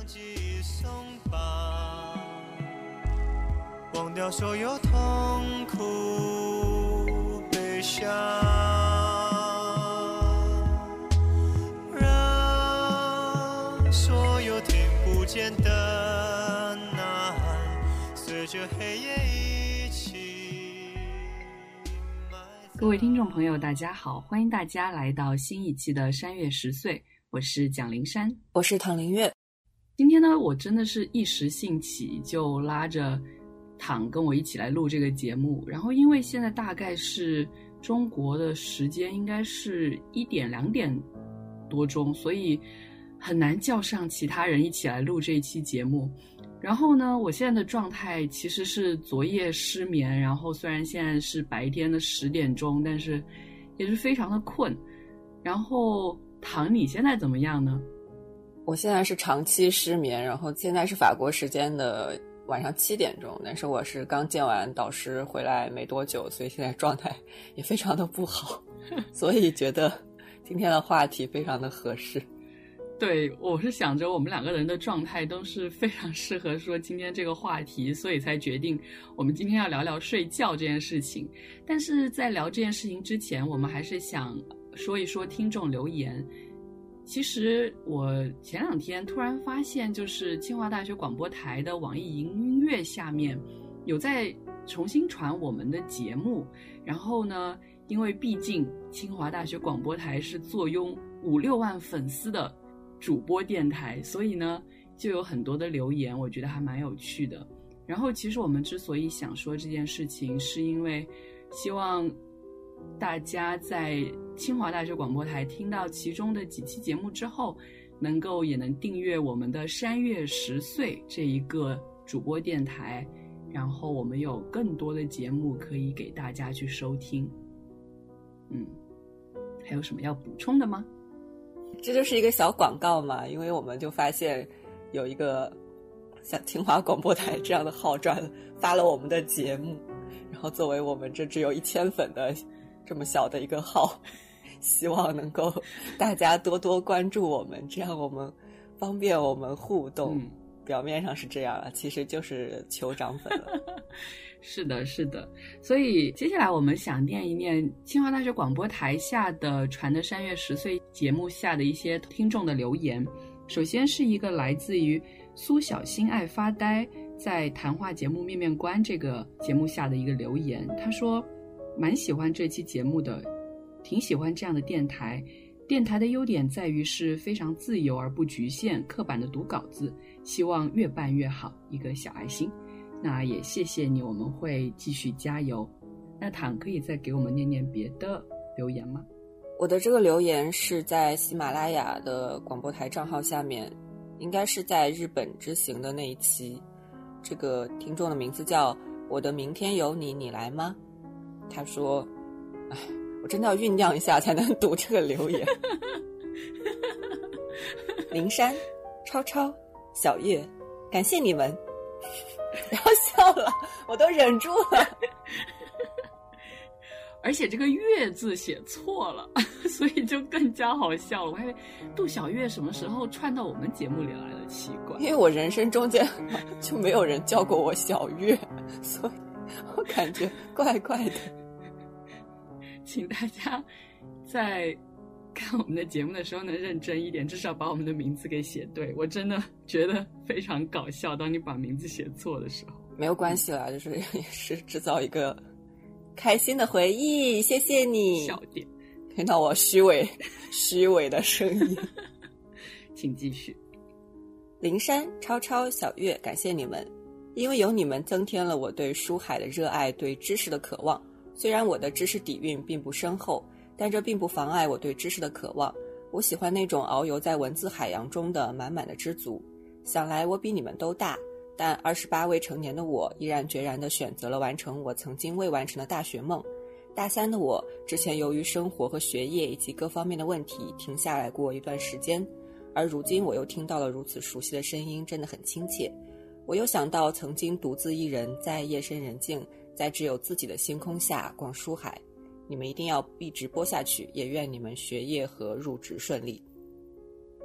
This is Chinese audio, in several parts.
己松绑，忘掉所有痛苦悲伤，让所有听不见的呐喊随着黑夜一起埋葬。 各位听众朋友大家好，欢迎大家来到新一期的山月10岁，我是蒋灵山， 我是唐林月。 今天呢，我真的是一时兴起就拉着躺跟我一起来录这个节目，然后因为现在大概是中国的时间应该是1点2点多钟，所以很难叫上其他人一起来录这一期节目。然后呢，我现在的状态其实是昨夜失眠，然后虽然现在是白天的10点钟，但是也是非常的困。然后唐，你现在怎么样呢？ 我现在是长期失眠，然后现在是法国时间的晚上7点钟，但是我是刚见完导师回来没多久，所以现在状态也非常的不好，所以觉得今天的话题非常的合适。 对，我是想着我们两个人的状态都是非常适合说今天这个话题，所以才决定我们今天要聊聊睡觉这件事情。但是在聊这件事情之前，我们还是想说一说听众留言。其实我前2天突然发现，就是清华大学广播台的网易云音乐下面有在重新传我们的节目，然后呢，因为毕竟清华大学广播台是坐拥5-6万粉丝的主播电台，所以呢就有很多的留言，我觉得还蛮有趣的。然后其实我们之所以想说这件事情，是因为希望大家在清华大学广播台听到其中的几期节目之后，也能订阅我们的山月10岁这一个主播电台，然后我们有更多的节目可以给大家去收听。还有什么要补充的吗？ 这就是一个小广告嘛，因为我们就发现有一个像清华广播台这样的号召发了我们的节目，然后作为我们这只有1000粉的这么小的一个号，希望能够大家多多关注我们，这样我们方便我们互动。表面上是这样了，其实就是求涨粉了。 是的，是的。所以接下来我们想念一念清华大学广播台下的传的山月10岁节目下的一些听众的留言。首先是一个来自于苏小新爱发呆在谈话节目面面观这个节目下的一个留言，他说蛮喜欢这期节目的，挺喜欢这样的电台。电台的优点在于是非常自由而不局限刻板的读稿子，希望越办越好，一个小爱心。那也谢谢你，我们会继续加油。那唐可以再给我们念念别的留言吗？ 我的这个留言是在喜马拉雅的广播台账号下面，应该是在日本之行的那一期，这个听众的名字叫我的明天有你，你来吗？他说我真的要酝酿一下才能读这个留言。灵山、超超、小月，感谢你们。不要笑了，我都忍住了。 而且这个月字写错了，所以就更加好笑了。我还以为杜小月什么时候串到我们节目里来了，奇怪。 因为我人生中间就没有人叫过我小月，所以我感觉怪怪的。 请大家在看我们的节目的时候能认真一点，至少把我们的名字给写对。我真的觉得非常搞笑，当你把名字写错的时候。 没有关系啦，就是也是制造一个开心的回忆，谢谢你。 笑点， 听到我虚伪的声音。 请继续。 灵山、超超、小月，感谢你们，因为有你们增添了我对书海的热爱，对知识的渴望。虽然我的知识底蕴并不深厚，但这并不妨碍我对知识的渴望。我喜欢那种遨游在文字海洋中的满满的知足。想来我比你们都大，但28未成年的我毅然决然地选择了完成我曾经未完成的大学梦。大3的我之前由于生活和学业以及各方面的问题停下来过一段时间，而如今我又听到了如此熟悉的声音，真的很亲切。我又想到曾经独自一人在夜深人静，在只有自己的星空下逛书海。你们一定要一直播下去，也愿你们学业和入职顺利。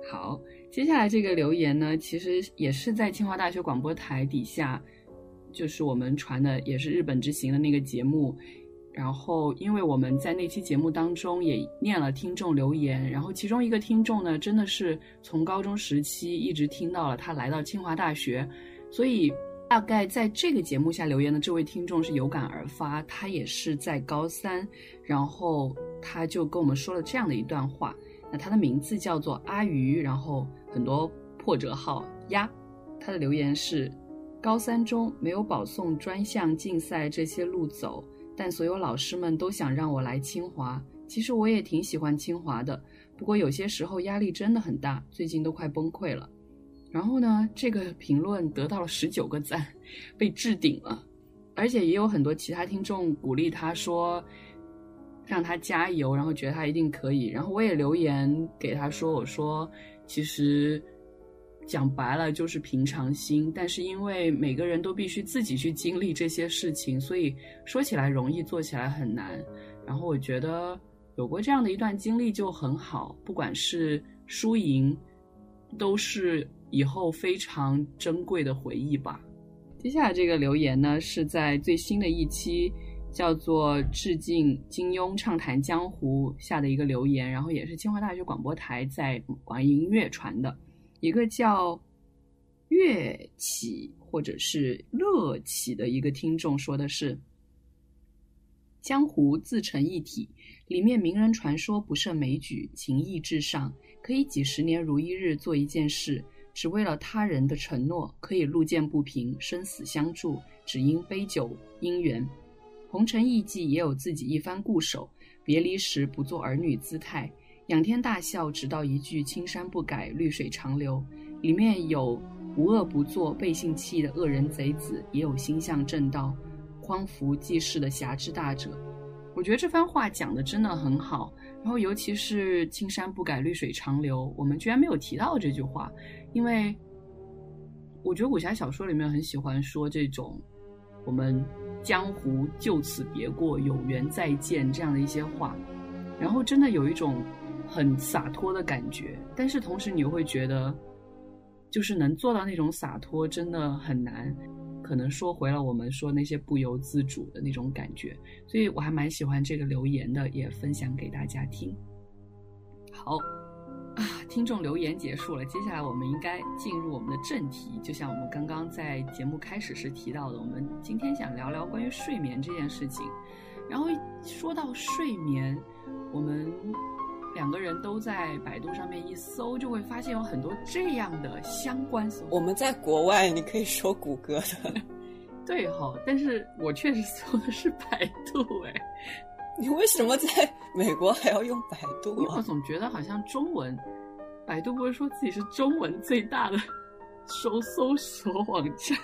好，接下来这个留言呢，其实也是在清华大学广播台底下，就是我们传的也是日本之行的那个节目。然后因为我们在那期节目当中也念了听众留言，然后其中一个听众呢，真的是从高中时期一直听到了他来到清华大学，所以大概在这个节目下留言的这位听众是有感而发，他也是在高三，然后他就跟我们说了这样的一段话。那他的名字叫做阿鱼，然后很多破折号呀。他的留言是：高三中没有保送专项竞赛这些路走，但所有老师们都想让我来清华。其实我也挺喜欢清华的，不过有些时候压力真的很大，最近都快崩溃了。然后呢，这个评论得到了19个赞，被置顶了。而且也有很多其他听众鼓励他说让他加油，然后觉得他一定可以。然后我也留言给他说，我说其实讲白了就是平常心，但是因为每个人都必须自己去经历这些事情，所以说起来容易，做起来很难。然后我觉得有过这样的一段经历就很好，不管是输赢都是以后非常珍贵的回忆吧。接下来这个留言呢，是在最新的一期叫做致敬金庸畅谈江湖下的一个留言，然后也是清华大学广播台在网易音乐传的。一个叫乐起或者是乐起的一个听众说的是：江湖自成一体，里面名人传说不胜枚举，情义至上，可以几十年如一日做一件事，只为了他人的承诺，可以路见不平，生死相助，只因杯酒姻缘。红尘艺伎也有自己一番固守，别离时不做儿女姿态，仰天大笑，直到一句青山不改，绿水长流。里面有无恶不作、背信弃义的恶人贼子，也有心向正道、匡扶济世的侠之大者。我觉得这番话讲的真的很好，然后尤其是青山不改，绿水长流，我们居然没有提到这句话。因为我觉得武侠小说里面很喜欢说这种我们江湖就此别过，有缘再见这样的一些话，然后真的有一种很洒脱的感觉，但是同时你又会觉得就是能做到那种洒脱真的很难，可能说回了我们说那些不由自主的那种感觉，所以我还蛮喜欢这个留言的，也分享给大家听。好听众留言结束了，接下来我们应该进入我们的正题。就像我们刚刚在节目开始时提到的，我们今天想聊聊关于睡眠这件事情。然后说到睡眠，我们两个人都在百度上面一搜，就会发现有很多这样的相关搜索。 我们在国外，你可以说谷歌的。 对齁，但是我确实搜的是百度你为什么在美国还要用百度我总觉得好像中文，百度不是说自己是中文最大的搜索网站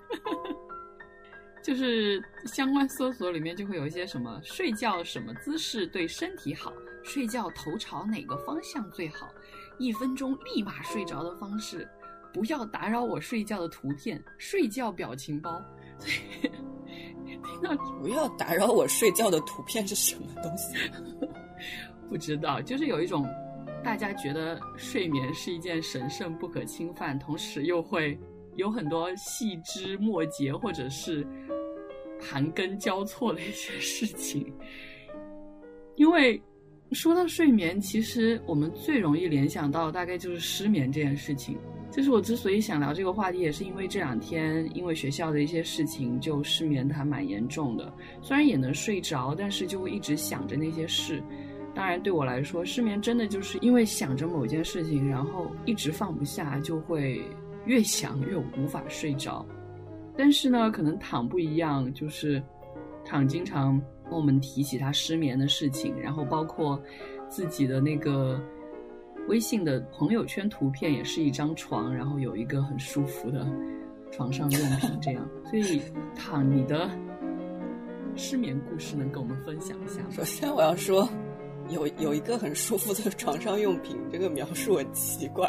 就是相关搜索里面就会有一些什么睡觉什么姿势对身体好，睡觉头朝哪个方向最好，1分钟立马睡着的方式，不要打扰我睡觉的图片，睡觉表情包。所以听到不要打扰我睡觉的图片是什么东西不知道，就是有一种大家觉得睡眠是一件神圣不可侵犯，同时又会有很多细枝末节或者是盘根交错的一些事情。因为说到睡眠，其实我们最容易联想到大概就是失眠这件事情。就是我之所以想聊这个话题，也是因为这2天因为学校的一些事情就失眠的还蛮严重的，虽然也能睡着，但是就会一直想着那些事。当然对我来说，失眠真的就是因为想着某件事情，然后一直放不下，就会越想越无法睡着。但是呢，可能躺不一样，就是躺经常跟我们提起他失眠的事情，然后包括自己的那个微信的朋友圈图片也是一张床，然后有一个很舒服的床上用品这样。所以躺，你的失眠故事能跟我们分享一下吗？ 首先我要说有一个很舒服的床上用品，这个描述很奇怪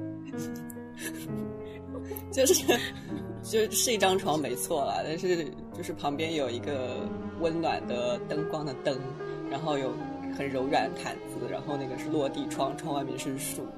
就是一张床没错啦，但是就是旁边有一个温暖的灯光的灯，然后有很柔软的毯子，然后那个是落地窗，窗外面是树，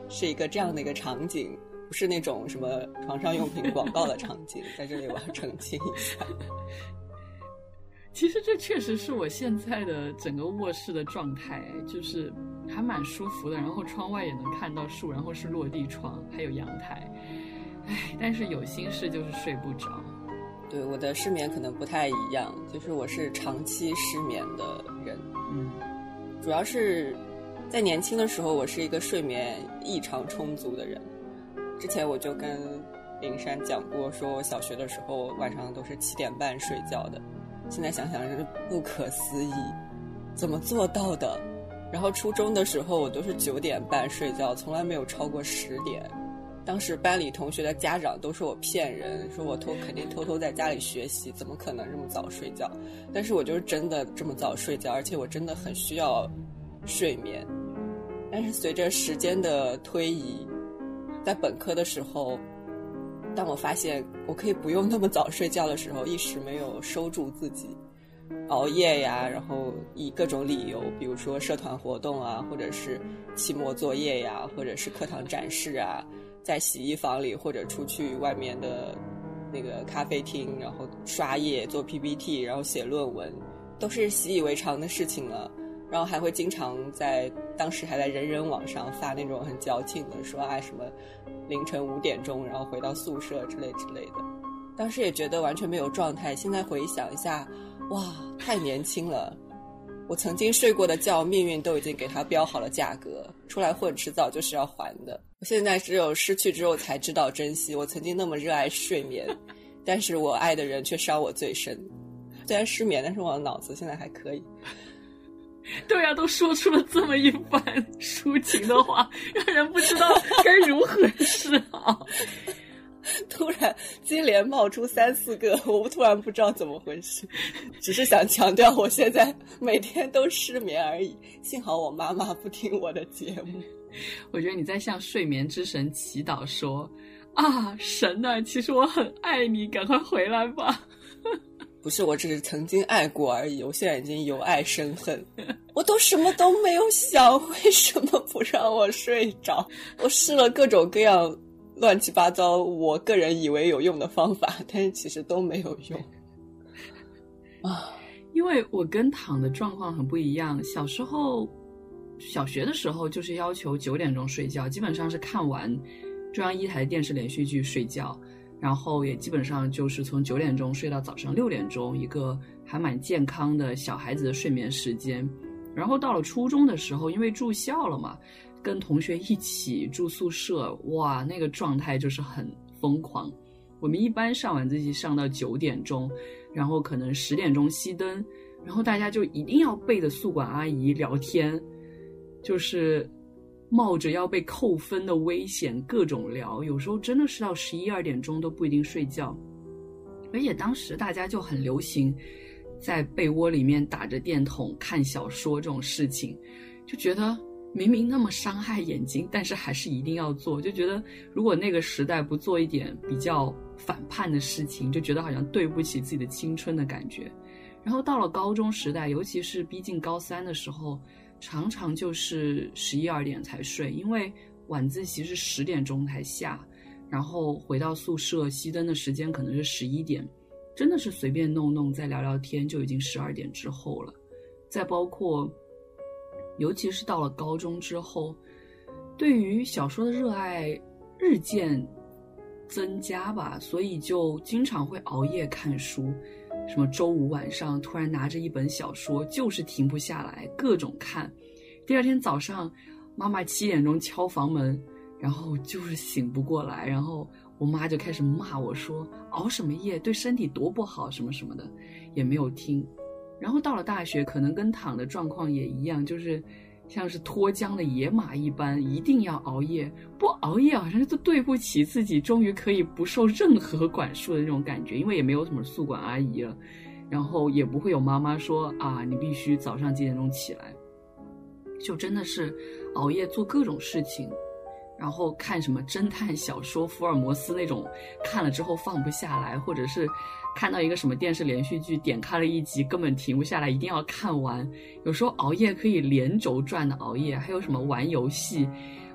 是一个这样的一个场景，不是那种什么床上用品广告的场景，在这里我要澄清一下。 其实这确实是我现在的整个卧室的状态，就是还蛮舒服的，然后窗外也能看到树，然后是落地窗，还有阳台。但是有心事就是睡不着。 对，我的失眠可能不太一样，就是我是长期失眠的人。主要是在年轻的时候，我是一个睡眠异常充足的人。之前我就跟林珊讲过，说我小学的时候晚上都是7点半睡觉的。现在想想是不可思议，怎么做到的？然后初中的时候我都是9点半睡觉，从来没有超过10点。当时班里同学的家长都说我骗人，说我肯定偷偷在家里学习，怎么可能这么早睡觉？但是我就是真的这么早睡觉，而且我真的很需要睡眠。但是随着时间的推移，在本科的时候，当我发现我可以不用那么早睡觉的时候，一时没有收住自己，熬夜呀，然后以各种理由，比如说社团活动啊，或者是期末作业呀，或者是课堂展示啊，在洗衣房里或者出去外面的那个咖啡厅，然后刷页做 PPT， 然后写论文，都是习以为常的事情了。然后还会经常当时还在人人网上发那种很矫情的，说什么凌晨5点钟然后回到宿舍之类的。当时也觉得完全没有状态，现在回想一下，哇，太年轻了。我曾经睡过的觉，命运都已经给它标好了价格，出来混迟早就是要还的。我现在只有失去之后才知道珍惜。我曾经那么热爱睡眠，但是我爱的人却伤我最深。虽然失眠，但是我的脑子现在还可以。 对啊，都说出了这么一番抒情的话，让人不知道该如何是好。 突然接连冒出3、4个，我突然不知道怎么回事，只是想强调我现在每天都失眠而已。幸好我妈妈不听我的节目。 我觉得你在向睡眠之神祈祷说，神啊，其实我很爱你，赶快回来吧。 不是，我只是曾经爱过而已，我现在已经由爱生恨。我都什么都没有想，为什么不让我睡着？我试了各种各样乱七八糟我个人以为有用的方法，但是其实都没有用。 因为我跟躺的状况很不一样，小学的时候就是要求9点钟睡觉，基本上是看完中央1台电视连续剧睡觉，然后也基本上就是从9点钟睡到早上6点钟，一个还蛮健康的小孩子的睡眠时间。然后到了初中的时候，因为住校了嘛，跟同学一起住宿舍，哇，那个状态就是很疯狂。我们一般上晚自习上到9点钟，然后可能10点钟熄灯，然后大家就一定要背着宿管阿姨聊天，就是冒着要被扣分的危险各种聊，有时候真的是到11、2点钟都不一定睡觉。而且当时大家就很流行在被窝里面打着电筒看小说这种事情，就觉得明明那么伤害眼睛，但是还是一定要做，就觉得如果那个时代不做一点比较反叛的事情，就觉得好像对不起自己的青春的感觉。然后到了高中时代，尤其是逼近高3的时候，常常就是11、2点才睡，因为晚自习是10点钟才下，然后回到宿舍熄灯的时间可能是11点，真的是随便弄再聊聊天就已经12点之后了。再包括尤其是到了高中之后，对于小说的热爱日渐增加吧，所以就经常会熬夜看书，什么周5晚上突然拿着一本小说，就是停不下来，各种看。第二天早上妈妈7点钟敲房门，然后就是醒不过来，然后我妈就开始骂我说熬什么夜对身体多不好什么什么的，也没有听。然后到了大学，可能跟躺的状况也一样，就是像是脱缰的野马一般，一定要熬夜，不熬夜好像就对不起自己终于可以不受任何管束的那种感觉，因为也没有什么宿管阿姨了，然后也不会有妈妈说你必须早上几点钟起来，就真的是熬夜做各种事情。然后看什么侦探小说，福尔摩斯那种，看了之后放不下来，或者是看到一个什么电视连续剧，点开了一集根本停不下来，一定要看完。有时候熬夜可以连轴转的熬夜，还有什么玩游戏，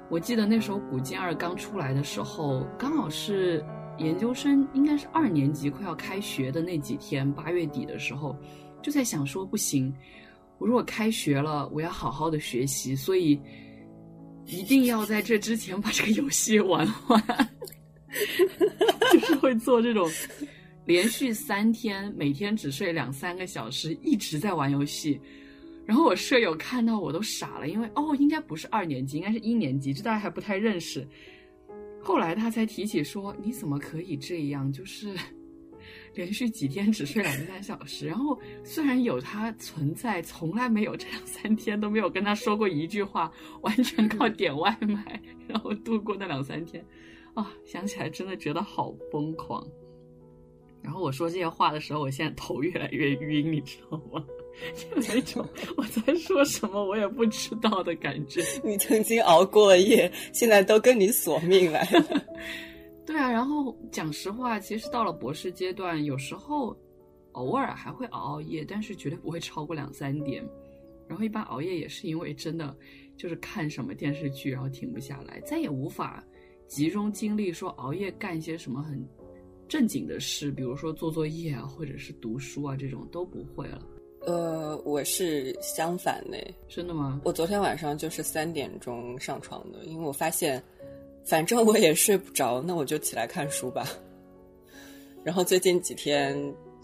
我记得那时候古今2刚出来的时候，刚好是研究生应该是2年级快要开学的那几天，8月底的时候，就在想说不行，我如果开学了，我要好好的学习，所以一定要在这之前把这个游戏玩完。就是会做这种连续3天每天只睡2-3个小时一直在玩游戏。然后我舍友看到我都傻了，因为应该不是2年级，应该是1年级，这大家还不太认识。后来他才提起说，你怎么可以这样，就是连续几天只睡2-3小时。然后虽然有他存在，从来没有这2-3天都没有跟他说过一句话，完全靠点外卖然后度过那2-3天想起来真的觉得好疯狂。然后我说这些话的时候，我现在头越来越晕，你知道吗？就那种我在说什么我也不知道的感觉。 你曾经熬过了夜，现在都跟你索命来了。 对啊，然后讲实话，其实到了博士阶段，有时候偶尔还会熬夜，但是绝对不会超过2-3点。然后一般熬夜也是因为真的就是看什么电视剧然后停不下来，再也无法集中精力说熬夜干一些什么很正经的事，比如说做作业啊或者是读书啊，这种都不会了。 我是相反的。 真的吗？ 我昨天晚上就是3点钟上床的，因为我发现反正我也睡不着，那我就起来看书吧。然后最近几天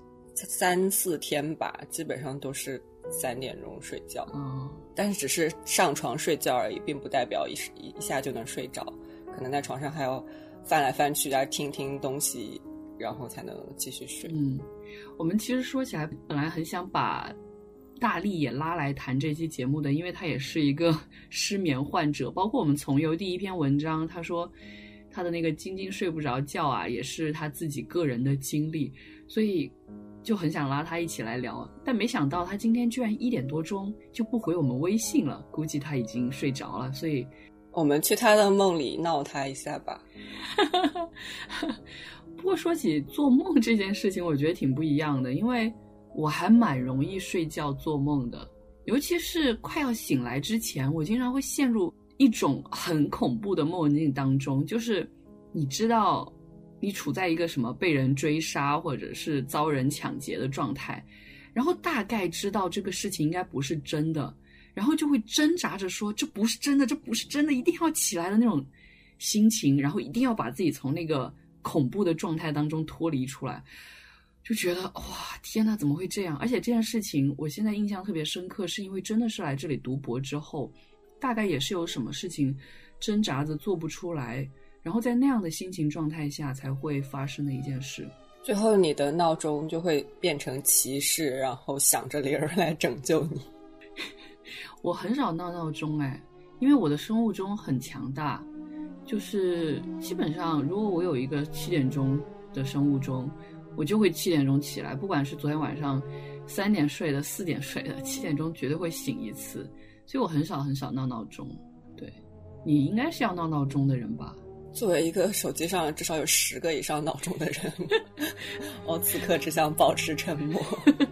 3-4天吧，基本上都是3点钟睡觉。但是只是上床睡觉而已，并不代表一下就能睡着，可能在床上还要翻来翻去听听东西，然后才能继续睡。 我们其实说起来本来很想把大力也拉来谈这期节目的，因为他也是一个失眠患者，包括我们从游第一篇文章，他说他的那个晶晶睡不着觉啊，也是他自己个人的经历，所以就很想拉他一起来聊。但没想到他今天居然1点多钟就不回我们微信了，估计他已经睡着了，所以我们去他的梦里闹他一下吧。 不过说起做梦这件事情，我觉得挺不一样的，因为我还蛮容易睡觉做梦的，尤其是快要醒来之前，我经常会陷入一种很恐怖的梦境当中，就是你知道你处在一个什么被人追杀或者是遭人抢劫的状态，然后大概知道这个事情应该不是真的，然后就会挣扎着说这不是真的，这不是真的，一定要起来的那种心情，然后一定要把自己从那个恐怖的状态当中脱离出来，就觉得哇天哪，怎么会这样？而且这件事情我现在印象特别深刻，是因为真的是来这里读博之后，大概也是有什么事情挣扎着做不出来，然后在那样的心情状态下才会发生的一件事。 最后你的闹钟就会变成骑士，然后响着铃儿来拯救你。 我很少闹钟因为我的生物钟很强大，就是基本上如果我有一个7点钟的生物钟，我就会7点钟起来，不管是昨天晚上3点睡的4点睡的，7点钟绝对会醒一次，所以我很少闹闹钟。对，你应该是要闹闹钟的人吧？ 作为一个手机上至少有10个以上闹钟的人，我此刻只想保持沉默。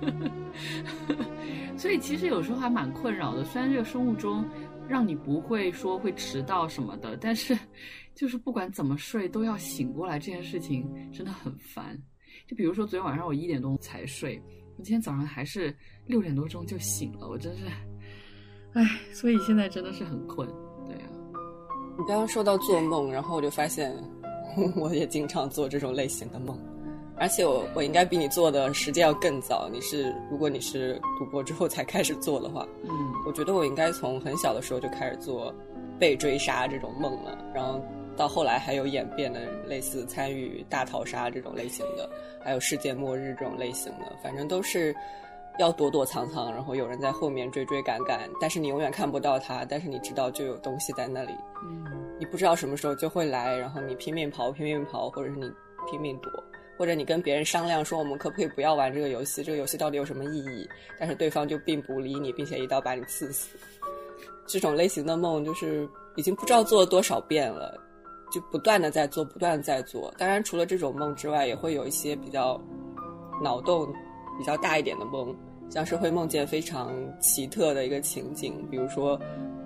所以其实有时候还蛮困扰的，虽然这个生物钟让你不会说会迟到什么的，但是就是不管怎么睡都要醒过来，这件事情真的很烦。就比如说昨天晚上我1点钟才睡，我今天早上还是6点多钟就醒了，我真是所以现在真的是很困。对啊， 你刚刚说到做梦，然后我就发现我也经常做这种类型的梦，而且我应该比你做的时间要更早。如果你是读博之后才开始做的话，我觉得我应该从很小的时候就开始做被追杀这种梦了，然后到后来还有演变的类似参与大逃杀这种类型的，还有世界末日这种类型的，反正都是要躲躲藏藏，然后有人在后面追追赶赶，但是你永远看不到他，但是你知道就有东西在那里，你不知道什么时候就会来，然后你拼命跑，或者是你拼命躲，或者你跟别人商量说我们可不可以不要玩这个游戏，这个游戏到底有什么意义，但是对方就并不理你，并且一刀把你刺死。这种类型的梦就是已经不知道做了多少遍了，就不断的在做。当然除了这种梦之外，也会有一些比较脑洞比较大一点的梦，像是会梦见非常奇特的一个情景，比如说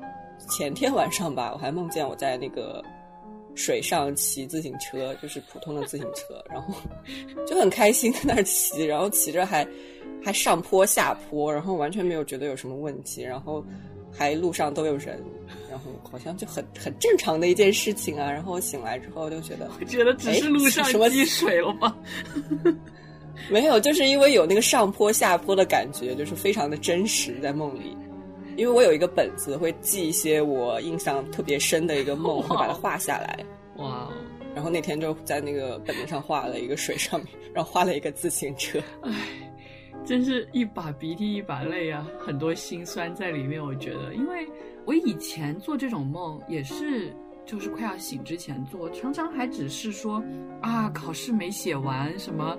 前天晚上吧，我还梦见我在那个水上骑自行车，就是普通的自行车，然后就很开心在那儿骑，然后骑着还上坡下坡，然后完全没有觉得有什么问题，然后还路上都有人，然后好像就很正常的一件事情啊。然后我醒来之后就觉得， 我觉得只是路上积水了吧？ 没有，就是因为有那个上坡下坡的感觉，就是非常的真实在梦里。因为我有一个本子会记一些我印象特别深的一个梦，会把它画下来。 哇！ 然后那天就在那个本子上画了一个水上面，然后画了一个自行车。 唉，真是一把鼻涕一把泪啊，很多辛酸在里面。我觉得，因为我以前做这种梦也是，就是快要醒之前做，常常还只是说啊，考试没写完，什么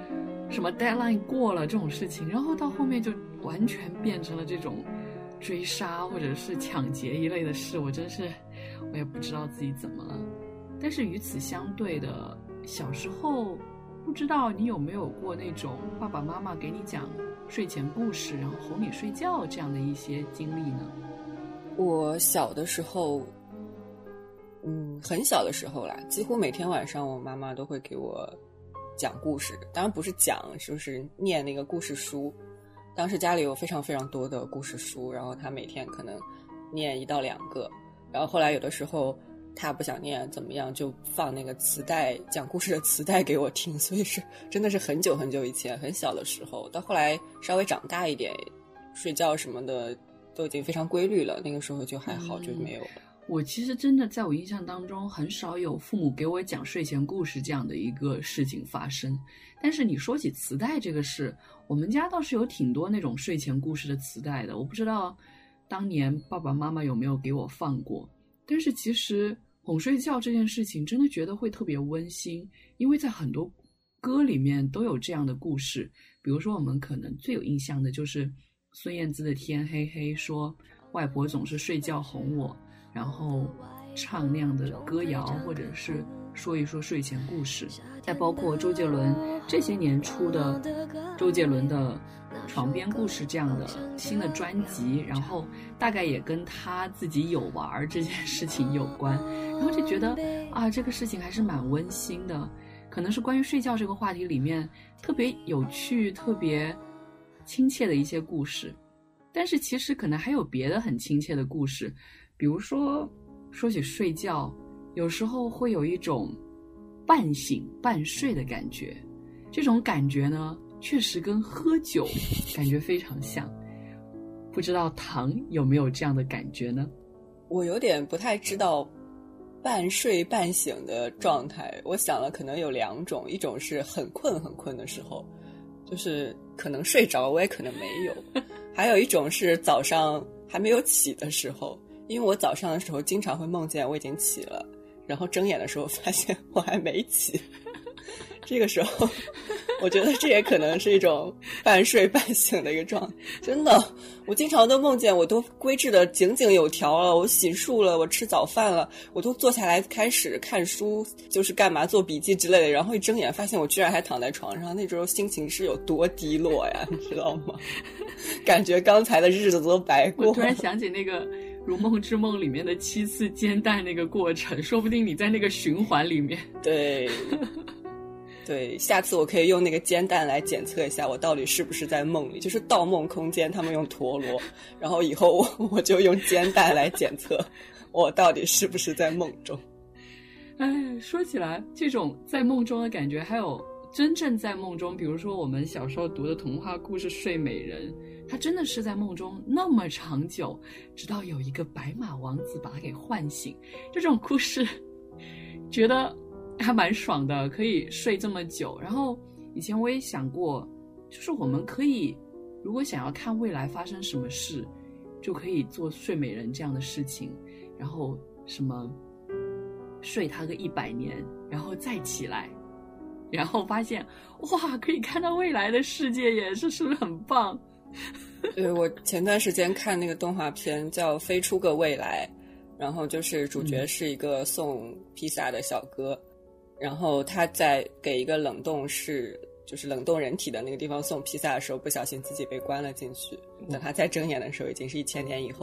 deadline 过了这种事情，然后到后面就完全变成了这种追杀或者是抢劫一类的事，我也不知道自己怎么了。但是与此相对的，小时候不知道你有没有过那种爸爸妈妈给你讲睡前故事，然后哄你睡觉这样的一些经历呢？ 我小的时候，很小的时候啦，几乎每天晚上我妈妈都会给我讲故事，当然不是讲，就是念那个故事书。当时家里有非常非常多的故事书，然后她每天可能念1到2个，然后后来有的时候她不想念怎么样，就放那个磁带，讲故事的磁带给我听，所以是真的是很久很久以前，很小的时候。到后来稍微长大一点，睡觉什么的都已经非常规律了，那个时候就还好，就没有了。 我其实真的在我印象当中很少有父母给我讲睡前故事这样的一个事情发生。但是你说起磁带这个事，我们家倒是有挺多那种睡前故事的磁带的，我不知道当年爸爸妈妈有没有给我放过。但是其实哄睡觉这件事情真的觉得会特别温馨，因为在很多歌里面都有这样的故事。比如说我们可能最有印象的就是孙燕姿的天黑黑，说外婆总是睡觉哄我，然后唱那样的歌谣，或者是说一说睡前故事。再包括周杰伦这些年出的周杰伦的床边故事这样的新的专辑，然后大概也跟他自己有玩这件事情有关，然后就觉得啊，这个事情还是蛮温馨的。可能是关于睡觉这个话题里面特别有趣特别亲切的一些故事。但是其实可能还有别的很亲切的故事，比如说起睡觉，有时候会有一种半醒半睡的感觉，这种感觉呢确实跟喝酒感觉非常像。不知道唐有没有这样的感觉呢？ 我有点不太知道半睡半醒的状态，我想了可能有2种，一种是很困很困的时候，就是可能睡着我也可能没有，还有一种是早上还没有起的时候，因为我早上的时候经常会梦见我已经起了，然后睁眼的时候发现我还没起，这个时候我觉得这也可能是一种半睡半醒的一个状态。真的，我经常都梦见我都规制的井井有条了，我洗漱了，我吃早饭了，我都坐下来开始看书，就是干嘛做笔记之类的，然后一睁眼发现我居然还躺在床上，那时候心情是有多低落呀，你知道吗？感觉刚才的日子都白过。 我突然想起那个《如梦之梦》里面的7次煎蛋那个过程，说不定你在那个循环里面。 对对，下次我可以用那个煎蛋来检测一下我到底是不是在梦里，就是盗梦空间他们用陀螺，然后以后我就用煎蛋来检测我到底是不是在梦中。 哎，说起来这种在梦中的感觉，还有真正在梦中，比如说我们小时候读的童话故事《睡美人》，他真的是在梦中那么长久，直到有一个白马王子把他给唤醒。这种故事觉得还蛮爽的，可以睡这么久。然后以前我也想过，就是我们可以如果想要看未来发生什么事，就可以做睡美人这样的事情，然后什么睡他个100年，然后再起来，然后发现哇，可以看到未来的世界耶，这是不是很棒？ 对，我前段时间看那个动画片叫《飞出个未来》，然后就是主角是一个送披萨的小哥，然后他在给一个冷冻室，就是冷冻人体的那个地方送披萨的时候，不小心自己被关了进去。等他再睁眼的时候，已经是1000年以后了。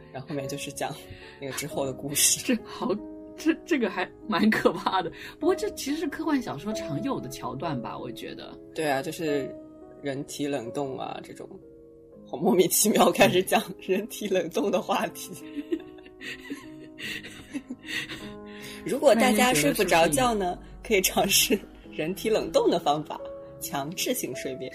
然后后面就是讲那个之后的故事。 这个还蛮可怕的。不过这其实是科幻小说常有的桥段吧，我觉得。 对啊，就是人体冷冻啊这种，好莫名其妙开始讲人体冷冻的话题。如果大家睡不着觉呢，可以尝试人体冷冻的方法，强制性睡眠。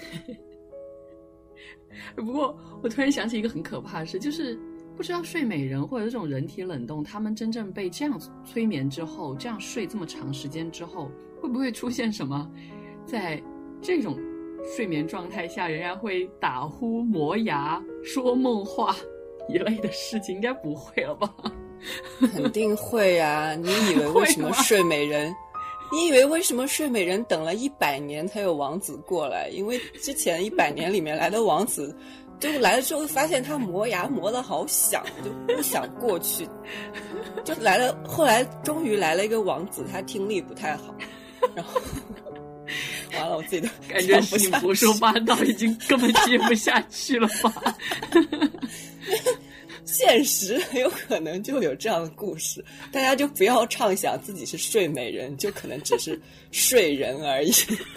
不过我突然想起一个很可怕的事，就是不知道睡美人或者这种人体冷冻，他们真正被这样催眠之后，这样睡这么长时间之后，会不会出现什么在这种睡眠状态下仍然会打呼、磨牙、说梦话一类的事情？应该不会了吧？ 肯定会啊！你以为为什么睡美人？你以为为什么睡美人等了100年才有王子过来？因为之前100年里面来的王子，就来了之后发现他磨牙磨得好响，就不想过去。就来了，后来终于来了一个王子，他听力不太好，然后完了，我自己都感觉是你胡说八道，已经根本接不下去了吧？ 现实很有可能就有这样的故事，大家就不要畅想自己是睡美人，就可能只是睡人而已。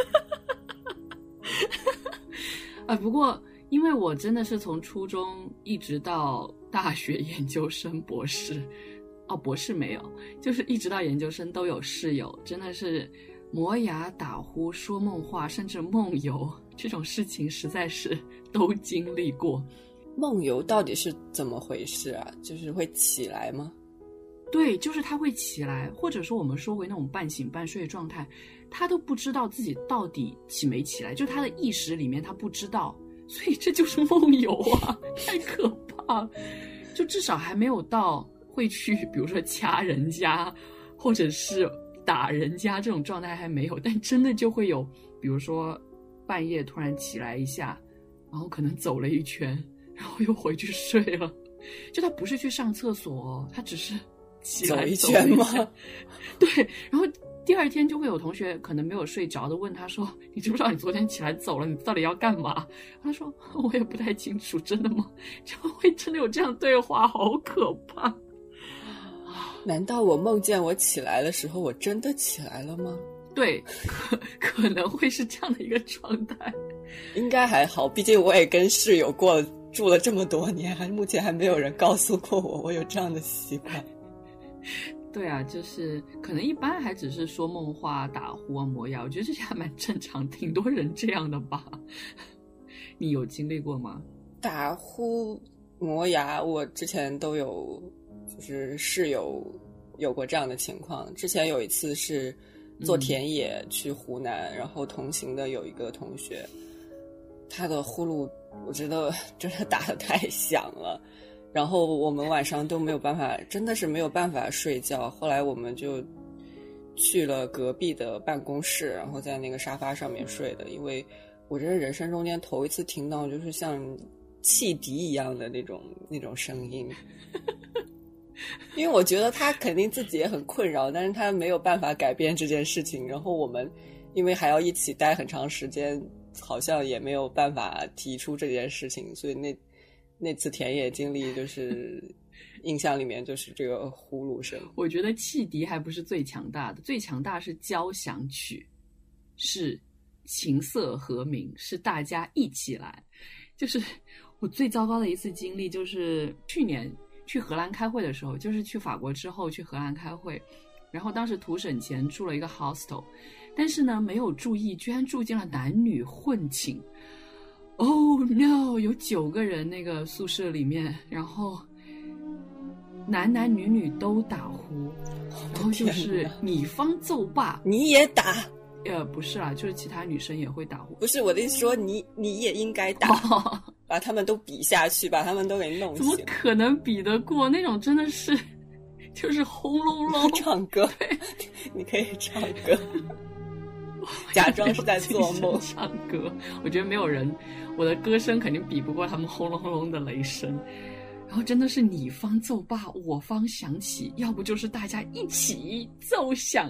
不过因为我真的是从初中一直到大学研究生博士，博士没有，就是一直到研究生都有室友，真的是磨牙、打呼、说梦话，甚至梦游这种事情实在是都经历过。 梦游到底是怎么回事啊？就是会起来吗？ 对，就是他会起来，或者说我们说回那种半醒半睡的状态，他都不知道自己到底起没起来，就他的意识里面他不知道，所以这就是梦游啊，太可怕了。就至少还没有到会去比如说掐人家或者是打人家这种状态还没有，但真的就会有比如说半夜突然起来一下，然后可能走了一圈，然后又回去睡了。就他不是去上厕所，他只是起来走一圈吗？ 对，然后第二天就会有同学可能没有睡着的问他说，你知不知道你昨天起来走了，你到底要干嘛？他说我也不太清楚。真的吗？就会真的有这样对话，好可怕。 难道我梦见我起来的时候我真的起来了吗？ 对，可能会是这样的一个状态。 应该还好，毕竟我也跟室友住了这么多年，目前还没有人告诉过我有这样的习惯。 对啊，就是可能一般还只是说梦话、打呼啊、磨牙，我觉得这些还蛮正常，挺多人这样的吧。你有经历过吗？ 打呼、磨牙，我之前都有，就是室友有过这样的情况。之前有一次是做田野去湖南，然后同行的有一个同学，他的呼噜我觉得真的打得太响了，然后我们晚上都没有办法，真的是没有办法睡觉。后来我们就去了隔壁的办公室，然后在那个沙发上面睡的，因为我这是人生中间头一次听到就是像汽笛一样的那种声音。因为我觉得他肯定自己也很困扰，但是他没有办法改变这件事情，然后我们因为还要一起待很长时间，好像也没有办法提出这件事情，所以那次田野经历就是印象里面就是这个呼噜声。 我觉得汽笛还不是最强大的，最强大是交响曲，是琴瑟和鸣，是大家一起来。就是我最糟糕的一次经历，就是去年去荷兰开会的时候，就是去法国之后去荷兰开会，然后当时图省钱住了一个 hostel， 但是呢没有注意，居然住进了男女混寝。Oh no， 有9个人那个宿舍里面，然后男女女都打呼，然后就是你方奏罢， 你也打？ 不是啦，就是其他女生也会打呼。 不是我的意思说你也应该打。把他们都比下去，把他们都给弄醒。 怎么可能比得过那种？真的是，就是轰隆隆唱歌。你可以唱歌，假装是在做梦唱歌。我觉得没有人，我的歌声肯定比不过他们轰隆隆的雷声。然后真的是你方奏罢，我方响起，要不就是大家一起奏响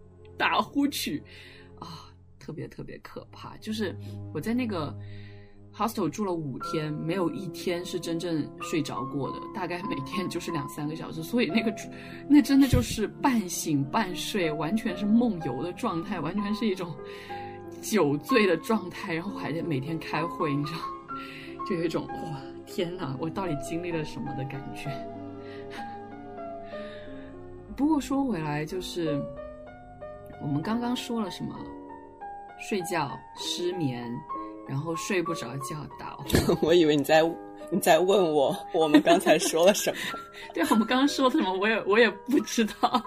打呼曲啊，特别特别可怕。就是我在那个 hostel 住了5天，没有一天是真正睡着过的，大概每天就是2-3个小时，所以那真的就是半醒半睡，完全是梦游的状态，完全是一种酒醉的状态，然后还得每天开会，你知道，就有一种哇天哪，我到底经历了什么的感觉。不过说回来，就是我们刚刚说了什么睡觉失眠，然后睡不着觉打我以为你在问我们刚才说了什么。 对，我们刚刚说了什么我也不知道。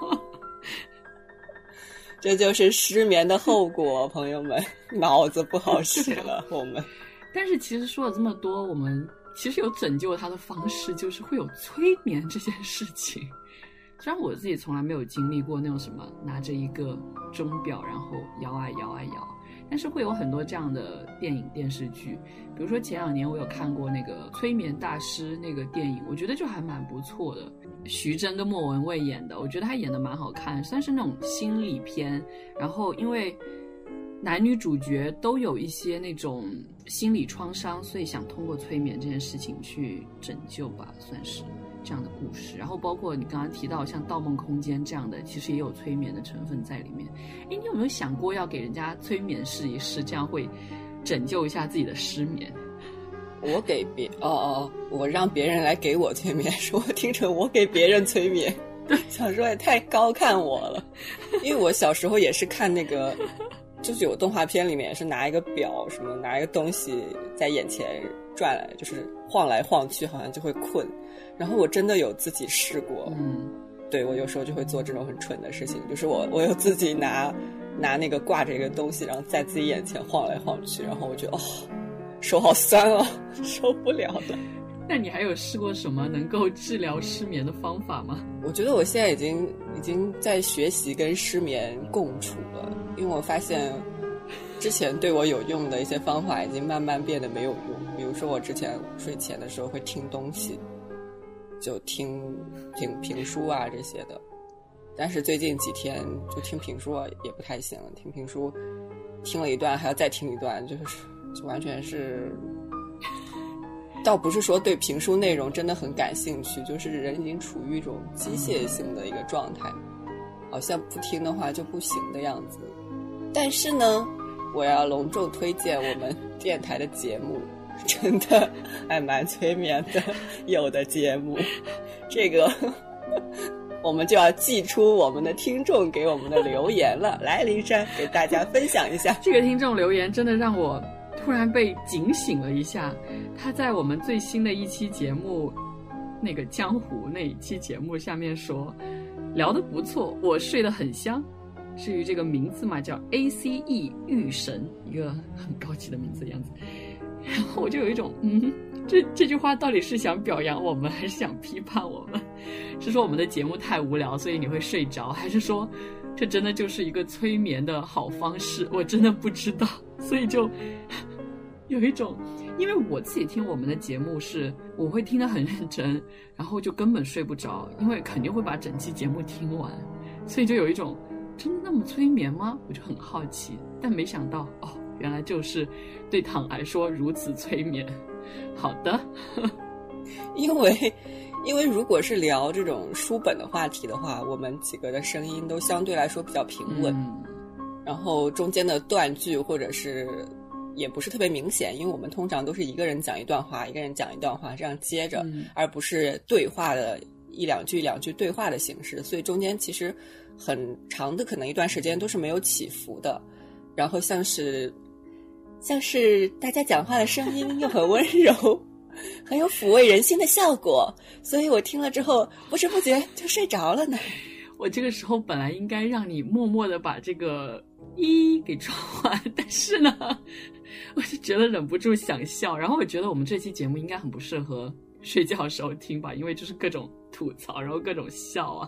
这就是失眠的后果，朋友们，脑子不好使了我们。 但是其实说了这么多，我们其实有拯救它的方式，就是会有催眠这件事情。虽然我自己从来没有经历过那种什么拿着一个钟表然后摇啊摇啊摇，但是会有很多这样的电影电视剧，比如说前2年我有看过那个催眠大师那个电影，我觉得就还蛮不错的，徐峥跟莫文蔚演的，我觉得他演的蛮好看，算是那种心理片，然后因为男女主角都有一些那种心理创伤，所以想通过催眠这件事情去拯救吧，算是这样的故事。然后包括你刚刚提到像《盗梦空间》这样的，其实也有催眠的成分在里面。诶，你有没有想过要给人家催眠试一试，这样会拯救一下自己的失眠？ 我给我让别人来给我催眠，说我听成我给别人催眠，想说也太高看我了。因为我小时候也是看那个就是有动画片里面也是拿一个表什么拿一个东西在眼前转来，就是晃来晃去，好像就会困。然后我真的有自己试过，对，我有时候就会做这种很蠢的事情，就是我有自己拿那个挂着一个东西，然后在自己眼前晃来晃去，然后我觉得手好酸哦，受不了的。 那你还有试过什么能够治疗失眠的方法吗？ 我觉得我现在已经在学习跟失眠共处了，因为我发现之前对我有用的一些方法已经慢慢变得没有用。比如说我之前睡前的时候会听东西，就听评书啊这些的，但是最近几天就听评书也不太行了，听评书听了一段还要再听一段，就完全是，倒不是说对评书内容真的很感兴趣，就是人已经处于一种机械性的一个状态，好像不听的话就不行的样子。但是呢，我要隆重推荐我们电台的节目，真的还蛮催眠的，有的节目这个我们就要寄出我们的听众给我们的留言了。来，林珊给大家分享一下。 这个听众留言真的让我突然被警醒了一下，他在我们最新的一期节目那个江湖那一期节目下面说，聊得不错，我睡得很香。至于这个名字嘛，叫 ACE 御神，一个很高级的名字的样子。然后我就有一种这句话到底是想表扬我们还是想批判我们？是说我们的节目太无聊所以你会睡着，还是说这真的就是一个催眠的好方式？我真的不知道，所以就有一种，因为我自己听我们的节目是我会听得很认真，然后就根本睡不着，因为肯定会把整期节目听完，所以就有一种真的那么催眠吗？我就很好奇，但没想到原来就是对躺来说如此催眠。好的。 因为如果是聊这种书本的话题的话，我们几个的声音都相对来说比较平稳，然后中间的断句或者是也不是特别明显，因为我们通常都是一个人讲一段话，一个人讲一段话，这样接着，而不是对话的一两句对话的形式，所以中间其实很长的可能一段时间都是没有起伏的，然后像是大家讲话的声音又很温柔，很有抚慰人心的效果，所以我听了之后不知不觉就睡着了呢。 我这个时候本来应该让你默默的把这个一给装完，但是呢我就觉得忍不住想笑，然后我觉得我们这期节目应该很不适合睡觉的时候听吧，因为就是各种吐槽然后各种笑啊。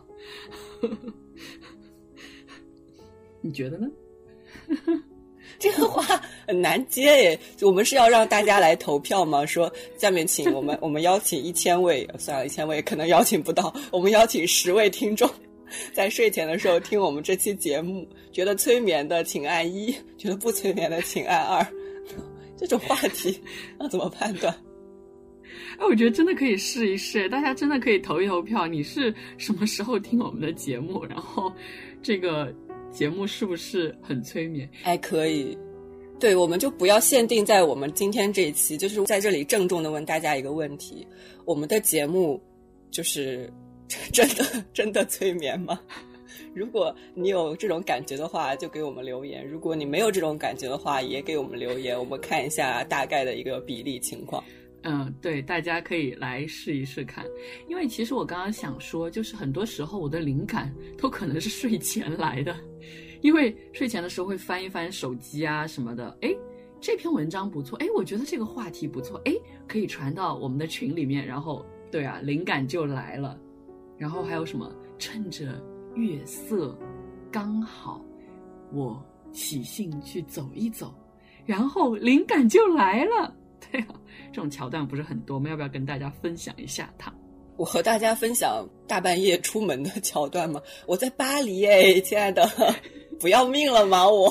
你觉得呢？ 这个话很难接耶，我们是要让大家来投票吗？说下面请我们邀请1000位，算了，1000位可能邀请不到，我们邀请10位听众在睡前的时候听我们这期节目，觉得催眠的请按1，觉得不催眠的请按2， 这种话题要怎么判断？ 哎，我觉得真的可以试一试，大家真的可以投一投票，你是什么时候听我们的节目，然后这个节目是不是很催眠？ 哎，可以。对，我们就不要限定在我们今天这一期，就是在这里郑重的问大家一个问题，我们的节目就是真的催眠吗？如果你有这种感觉的话就给我们留言，如果你没有这种感觉的话也给我们留言，我们看一下大概的一个比例情况。 对，大家可以来试一试看。因为其实我刚刚想说，就是很多时候我的灵感都可能是睡前来的，因为睡前的时候会翻一翻手机啊什么的，诶，这篇文章不错，诶，我觉得这个话题不错，诶，可以传到我们的群里面，然后对啊，灵感就来了。然后还有什么趁着月色刚好我起兴去走一走，然后灵感就来了。对啊，这种桥段不是很多，我们要不要跟大家分享一下它？ 我和大家分享大半夜出门的桥段吗？我在巴黎耶，亲爱的，不要命了吗我？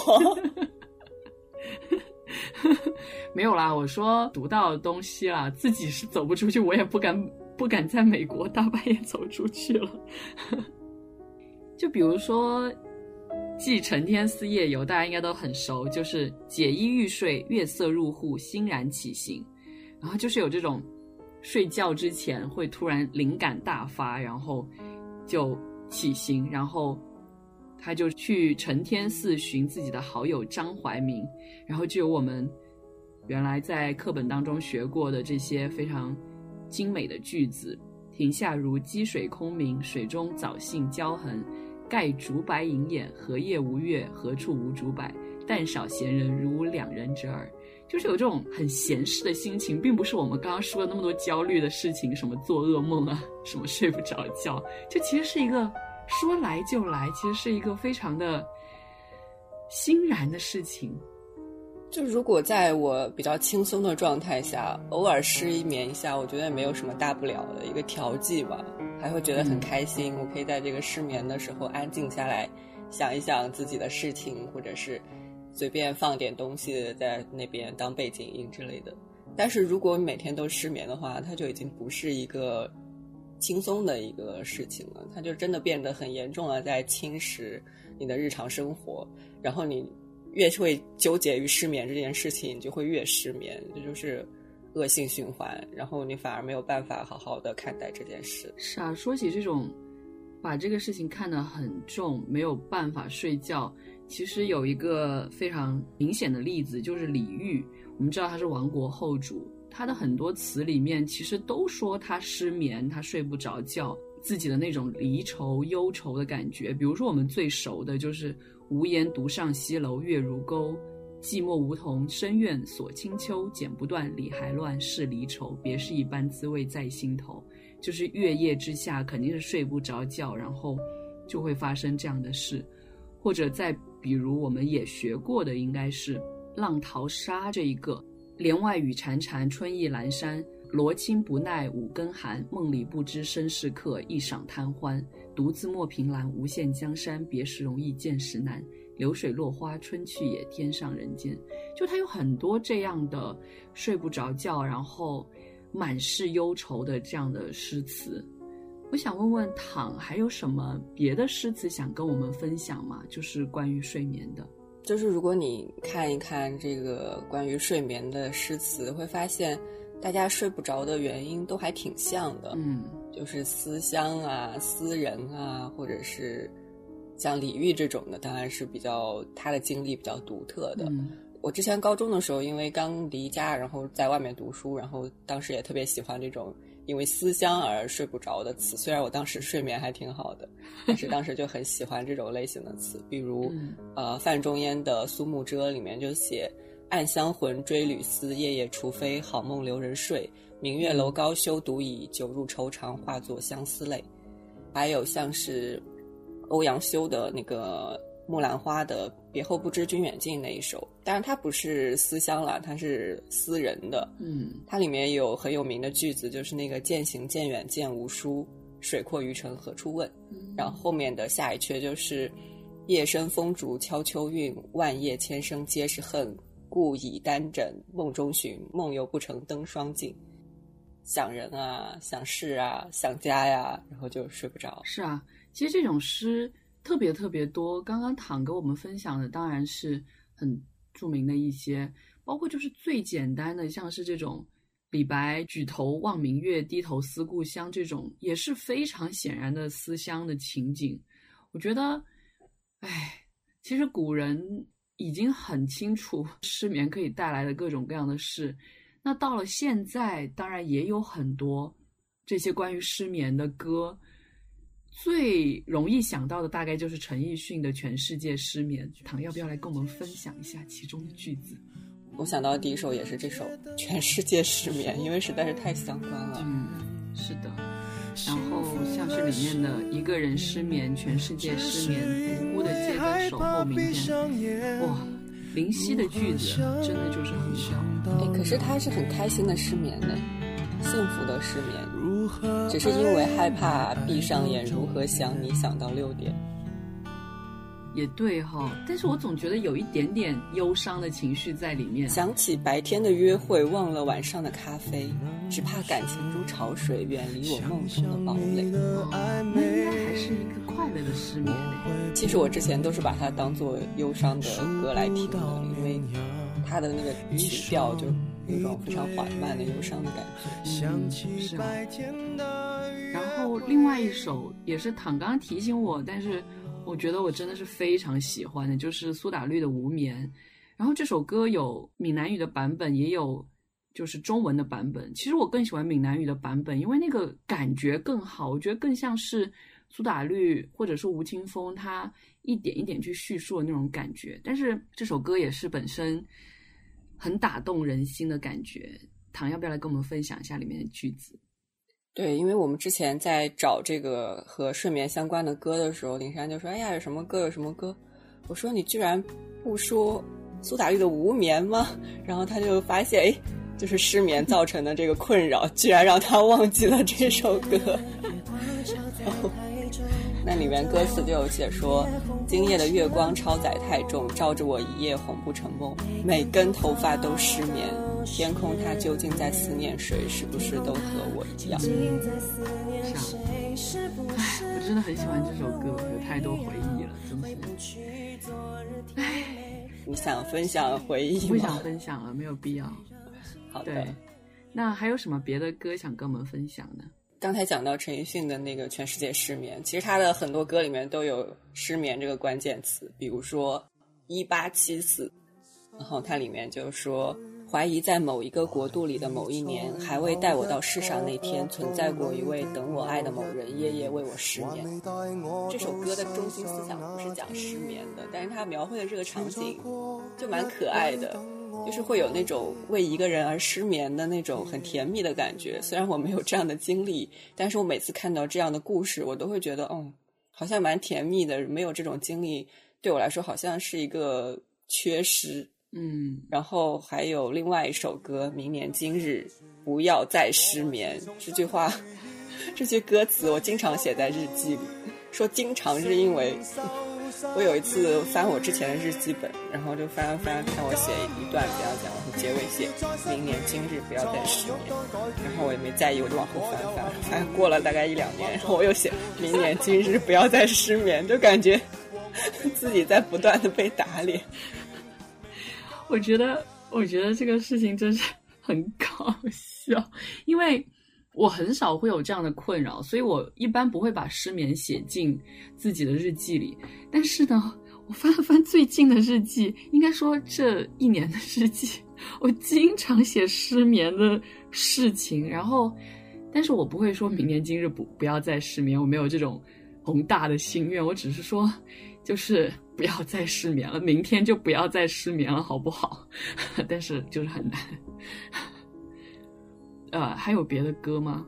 没有啦，我说读到东西啦，自己是走不出去，我也不敢在美国大半夜走出去了。就比如说继承天寺夜游，大家应该都很熟，就是解衣欲睡，月色入户，欣然起行。然后就是有这种睡觉之前会突然灵感大发，然后就起行，然后他就去承天寺寻自己的好友张怀民，然后就有我们原来在课本当中学过的这些非常精美的句子：庭下如积水空明，水中藻荇交横，盖竹柏影眼，何夜无月，何处无竹柏，但少闲人，如两人者耳。就是有这种很闲适的心情，并不是我们刚刚说的那么多焦虑的事情，什么做噩梦啊，什么睡不着觉，就其实是一个说来就来，其实是一个非常的欣然的事情。 就如果在我比较轻松的状态下，偶尔失眠一下，我觉得也没有什么大不了的，一个调剂吧，还会觉得很开心。我可以在这个失眠的时候安静下来，想一想自己的事情，或者是随便放点东西在那边当背景音之类的。但是如果每天都失眠的话，它就已经不是一个轻松的一个事情了，它就真的变得很严重了，在侵蚀你的日常生活。然后你越会纠结于失眠这件事情，你就会越失眠，这就是恶性循环，然后你反而没有办法好好的看待这件事。 是啊，说起这种把这个事情看得很重，没有办法睡觉，其实有一个非常明显的例子，就是李煜。我们知道他是亡国后主，他的很多词里面其实都说他失眠，他睡不着觉，自己的那种离愁忧愁的感觉。比如说我们最熟的就是无言独上西楼月如钩，寂寞梧桐深院锁清秋，剪不断理还乱是离愁，别是一般滋味在心头。就是月夜之下肯定是睡不着觉，然后就会发生这样的事。或者再比如我们也学过的应该是浪淘沙这一个，帘外雨潺潺春意阑珊，罗衾不耐五更寒，梦里不知身是客，一晌贪欢，独自莫凭栏，无限江山，别时容易见时难，流水落花春去也，天上人间。就它有很多这样的睡不着觉，然后满是忧愁的这样的诗词。我想问问唐还有什么别的诗词想跟我们分享吗？就是关于睡眠的。 就是如果你看一看这个关于睡眠的诗词，会发现大家睡不着的原因都还挺像的。就是思乡啊，思人啊，或者是像李煜这种的，当然是比较他的经历比较独特的。我之前高中的时候因为刚离家，然后在外面读书，然后当时也特别喜欢这种因为思乡而睡不着的词，虽然我当时睡眠还挺好的，但是当时就很喜欢这种类型的词。比如范仲淹的《苏幕遮》里面就写暗香魂追旅思，夜夜除非好梦留人睡，明月楼高休独倚，酒入愁肠化作相思泪。还有像是欧阳修的那个木兰花的别后不知君远近那一首，当然它不是思乡了，它是思人的。它里面有很有名的句子，就是那个渐行渐远渐无书，水阔鱼沉何处问。然后后面的下一阙就是夜深风竹敲秋韵，万叶千声皆是恨， 故倚单枕梦中寻，梦又不成登双镜。想人啊，想事啊，想家呀，然后就睡不着。 是啊，其实这种诗特别特别多。刚刚躺给我们分享的当然是很著名的一些，包括就是最简单的，像是这种李白举头望明月，低头思故乡，这种也是非常显然的思乡的情景。我觉得其实古人已经很清楚失眠可以带来的各种各样的事，那到了现在当然也有很多这些关于失眠的歌，最容易想到的大概就是陈奕迅的《全世界失眠》。唐要不要来跟我们分享一下其中的句子？ 我想到的第一首也是这首《全世界失眠》，因为实在是太相关了。 是的。然后像是里面的一个人失眠，全世界失眠，无辜的街灯守候明天。哇，林夕的句子真的就是很好。 可是他是很开心的失眠呢，幸福的失眠，只是因为害怕闭上眼如何想你想到6点。 也对哈，但是我总觉得有一点点忧伤的情绪在里面。 想起白天的约会，忘了晚上的咖啡，只怕感情如潮水，远离我梦中的堡垒。 那应该还是一个快乐的失眠。 其实我之前都是把它当作忧伤的歌来听的，因为它的那个曲调就有一种非常缓慢的忧伤的感觉。 是啊。然后另外一首也是唐刚提醒我，但是我觉得我真的是非常喜欢的，就是苏打绿的《无眠》。然后这首歌有闽南语的版本，也有就是中文的版本。其实我更喜欢闽南语的版本，因为那个感觉更好，我觉得更像是苏打绿或者说吴青峰他一点一点去叙述的那种感觉。但是这首歌也是本身很打动人心的感觉。唐要不要来跟我们分享一下里面的句子？ 对，因为我们之前在找这个和睡眠相关的歌的时候，林珊就说：“哎呀，有什么歌有什么歌。”我说：“你居然不说苏打绿的《无眠》吗？”然后他就发现，就是失眠造成的这个困扰，居然让他忘记了这首歌。那里面歌词就有写说：“今夜的月光超载太重，照着我一夜哄不成梦，每根头发都失眠。天空它究竟在思念谁？是不是都和我一样？” 是啊，我真的很喜欢这首歌，有太多回忆了，真是。 你想分享回忆吗？ 不想分享了，没有必要。 好的。 对，那还有什么别的歌想跟我们分享呢？ 刚才讲到陈奕迅的那个《全世界失眠》，其实他的很多歌里面都有失眠这个关键词，比如说1874，然后它里面就说：“怀疑在某一个国度里的某一年，还未带我到世上那天，存在过一位等我爱的某人，夜夜为我失眠。”这首歌的中心思想不是讲失眠的，但是它描绘的这个场景就蛮可爱的，就是会有那种为一个人而失眠的那种很甜蜜的感觉。虽然我没有这样的经历，但是我每次看到这样的故事，我都会觉得好像蛮甜蜜的。没有这种经历对我来说好像是一个缺失。然后还有另外一首歌《明年今日不要再失眠》，这句话这句歌词我经常写在日记里，说经常是因为我有一次翻我之前的日记本，然后就翻看我写一段这样讲，然后结尾写明年今日不要再失眠，然后我也没在意，我就往后翻过了大概1-2年，然后我又写明年今日不要再失眠，就感觉自己在不断的被打脸。 我觉得这个事情真是很搞笑，因为我很少会有这样的困扰，所以我一般不会把失眠写进自己的日记里。但是呢，我翻了翻最近的日记，应该说这1年的日记，我经常写失眠的事情。然后，但是我不会说明年今日不要再失眠，我没有这种宏大的心愿，我只是说就是不要再失眠了，明天就不要再失眠了，好不好？但是就是很难。还有别的歌吗？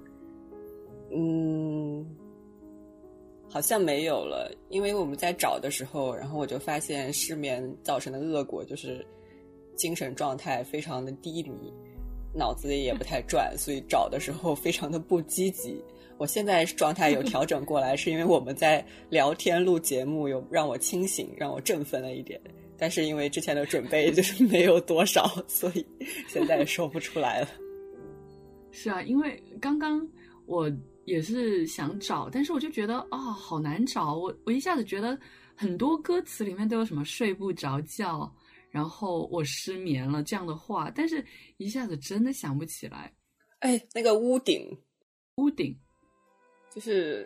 好像没有了，因为我们在找的时候，然后我就发现失眠造成的恶果就是精神状态非常的低迷，脑子也不太转，所以找的时候非常的不积极。我现在状态有调整过来，是因为我们在聊天录节目，有让我清醒，让我振奋了一点， 但是因为之前的准备就是没有多少，所以现在也说不出来了。 是啊，因为刚刚我也是想找，但是我就觉得好难找，我一下子觉得很多歌词里面都有什么睡不着觉，然后我失眠了这样的话，但是一下子真的想不起来。 哎，那个屋顶就是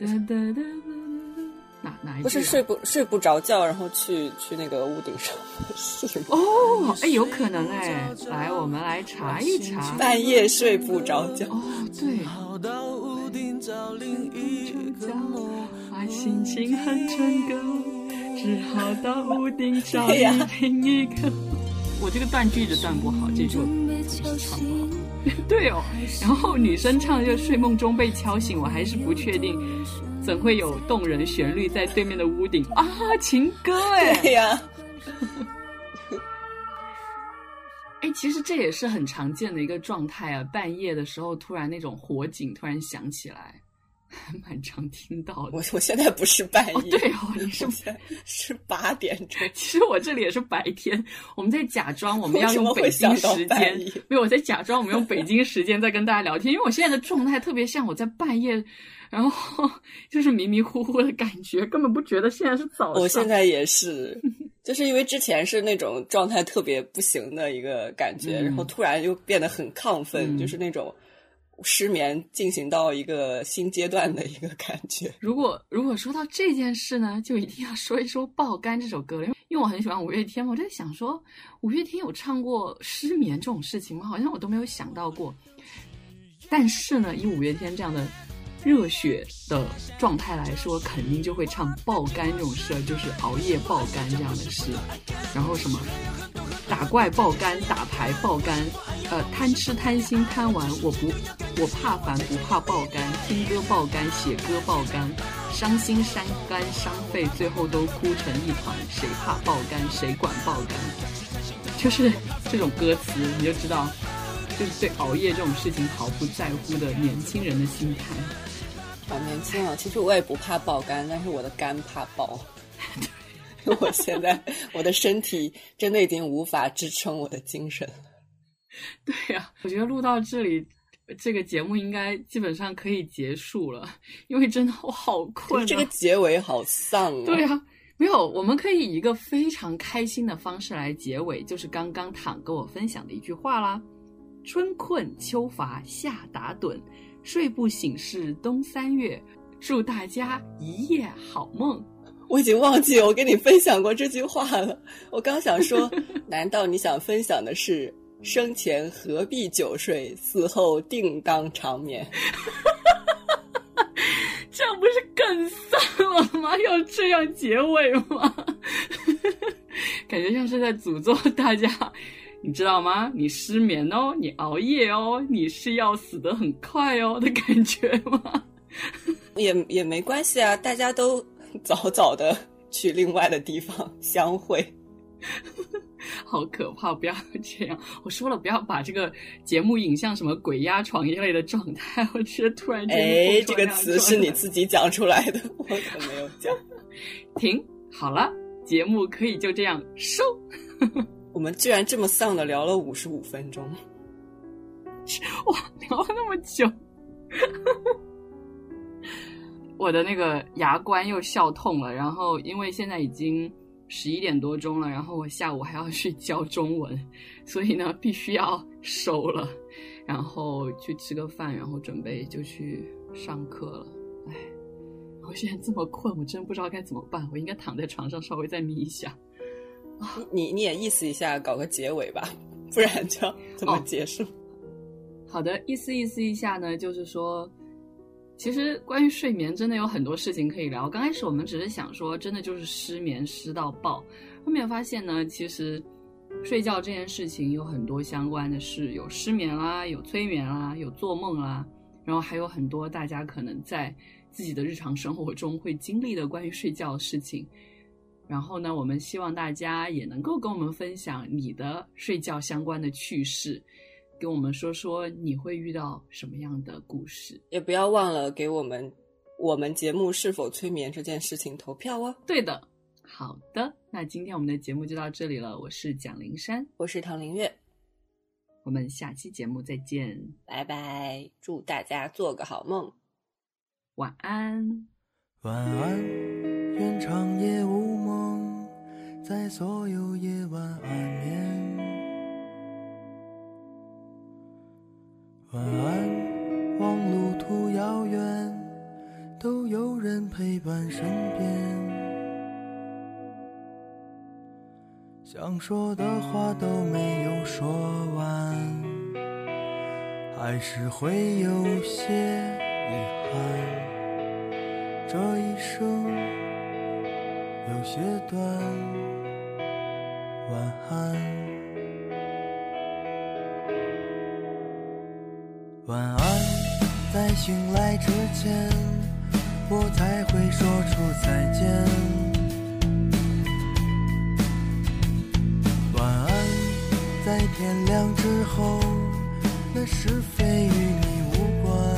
哪一句、啊？ 不是睡不着觉，然后去那个屋顶上是吗？ 哦，哎，有可能哎，来，我们来查一查。 半夜睡不着觉。 哦，对。心情很沉重，只好到屋顶找另一个。我这个断句一直断不好，这句我唱不好。对哦，然后女生唱就睡梦中被敲醒，我还是不确定，怎会有动人旋律在对面的屋顶啊？情歌哎！ 对呀。 哎，其实这也是很常见的一个状态啊，半夜的时候突然那种火警突然响起来，还蛮常听到的。 我现在不是半夜。 对哦，你是 8点钟。 其实我这里也是白天，我们在假装我们要用北京时间，没有，我在假装我们用北京时间在跟大家聊天，因为我现在的状态特别像我在半夜，然后就是迷迷糊糊的感觉，根本不觉得现在是早上。 我现在也是。就是因为之前是那种状态特别不行的一个感觉，然后突然又变得很亢奋，就是那种失眠进行到一个新阶段的一个感觉。 如果说到这件事呢，就一定要说一说《爆肝》这首歌了，因为我很喜欢五月天嘛，我在想说五月天有唱过失眠这种事情吗？好像我都没有想到过。但是呢，以五月天这样的热血的状态来说，肯定就会唱爆肝这种事，就是熬夜爆肝这样的事。然后什么打怪爆肝，打牌爆肝，贪吃贪心贪玩，我怕烦不怕爆肝，听歌爆肝，写歌爆肝，伤心伤肝伤肺，最后都哭成一团，谁怕爆肝谁管爆肝。就是这种歌词你就知道，就是对熬夜这种事情毫不在乎的年轻人的心态。 好年轻啊！其实我也不怕爆肝，但是我的肝怕爆。我现在我的身体真的已经无法支撑我的精神了。 对呀，我觉得录到这里，这个节目应该基本上可以结束了，因为真的我好困啊。 这个结尾好丧啊。 对啊，没有，我们可以以一个非常开心的方式来结尾，就是刚刚躺跟我分享的一句话啦：春困秋乏夏打盹，睡不醒是冬3月，祝大家一夜好梦。 我已经忘记我跟你分享过这句话了。我刚想说，难道你想分享的是生前何必久睡，死后定当长眠？ 这样不是更丧了吗？要这样结尾吗？感觉像是在诅咒大家，你知道吗？你失眠哦，你熬夜哦，你是要死得很快哦的感觉吗？ 也没关系啊，大家都早早的去另外的地方相会。 好可怕，不要这样。我说了不要把这个节目引向什么鬼压床一类的状态，我觉得突然间这个词是你自己讲出来的，我可没有讲。 停，好了，节目可以就这样收。 我们居然这么丧的聊了55分钟。 哇，聊了那么久。我的那个牙关又笑痛了，然后因为现在已经11点多钟了，然后我下午还要去教中文，所以呢必须要收了，然后去吃个饭，然后准备就去上课了。哎，我现在这么困，我真不知道该怎么办，我应该躺在床上稍微再眯一下。 你也意思一下，搞个结尾吧，不然就要怎么结束？ 好的，意思一下呢，就是说其实关于睡眠真的有很多事情可以聊。刚开始我们只是想说真的就是失眠失到爆，后面发现呢其实睡觉这件事情有很多相关的事，有失眠啦，有催眠啦，有做梦啦，然后还有很多大家可能在自己的日常生活中会经历的关于睡觉的事情。然后呢我们希望大家也能够跟我们分享你的睡觉相关的趣事，跟我们说说你会遇到什么样的故事， 也不要忘了给我们节目是否催眠这件事情投票哦。 对的， 好的，那今天我们的节目就到这里了。我是蒋灵山， 我是唐林月， 我们下期节目再见， 拜拜，祝大家做个好梦， 晚安。 晚安，愿长夜无梦，在所有夜晚安眠。晚安，望路途遥远，都有人陪伴身边。想说的话都没有说完，还是会有些遗憾。这一生有些短，晚安。晚安，在醒来之前，我才会说出再见。晚安，在天亮之后，那是非与你无关。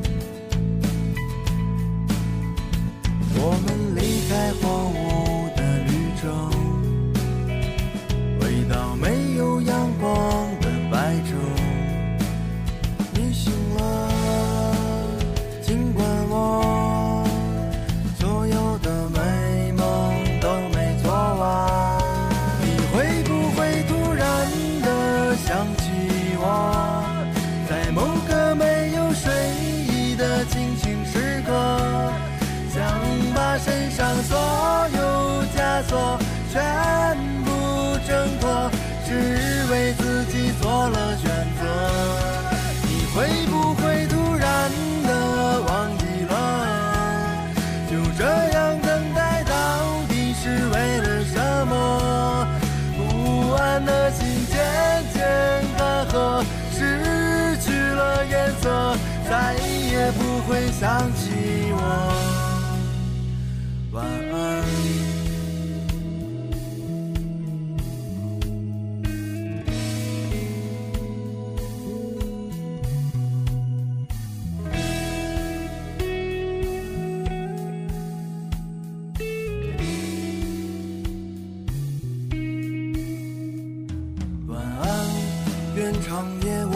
我们离开荒芜的旅程，回到没有阳光的白昼。你醒了，尽管我所有的美梦都没做完。你会不会突然的想起我，在某个没有睡意的清醒时刻，想把身上所有枷锁全部挣脱，只为自己做了选择。你会不会突然的忘记了，就这样等待到底是为了什么？不安的心渐渐干涸，失去了颜色，再也不会想起我。晚安。晚安，愿长夜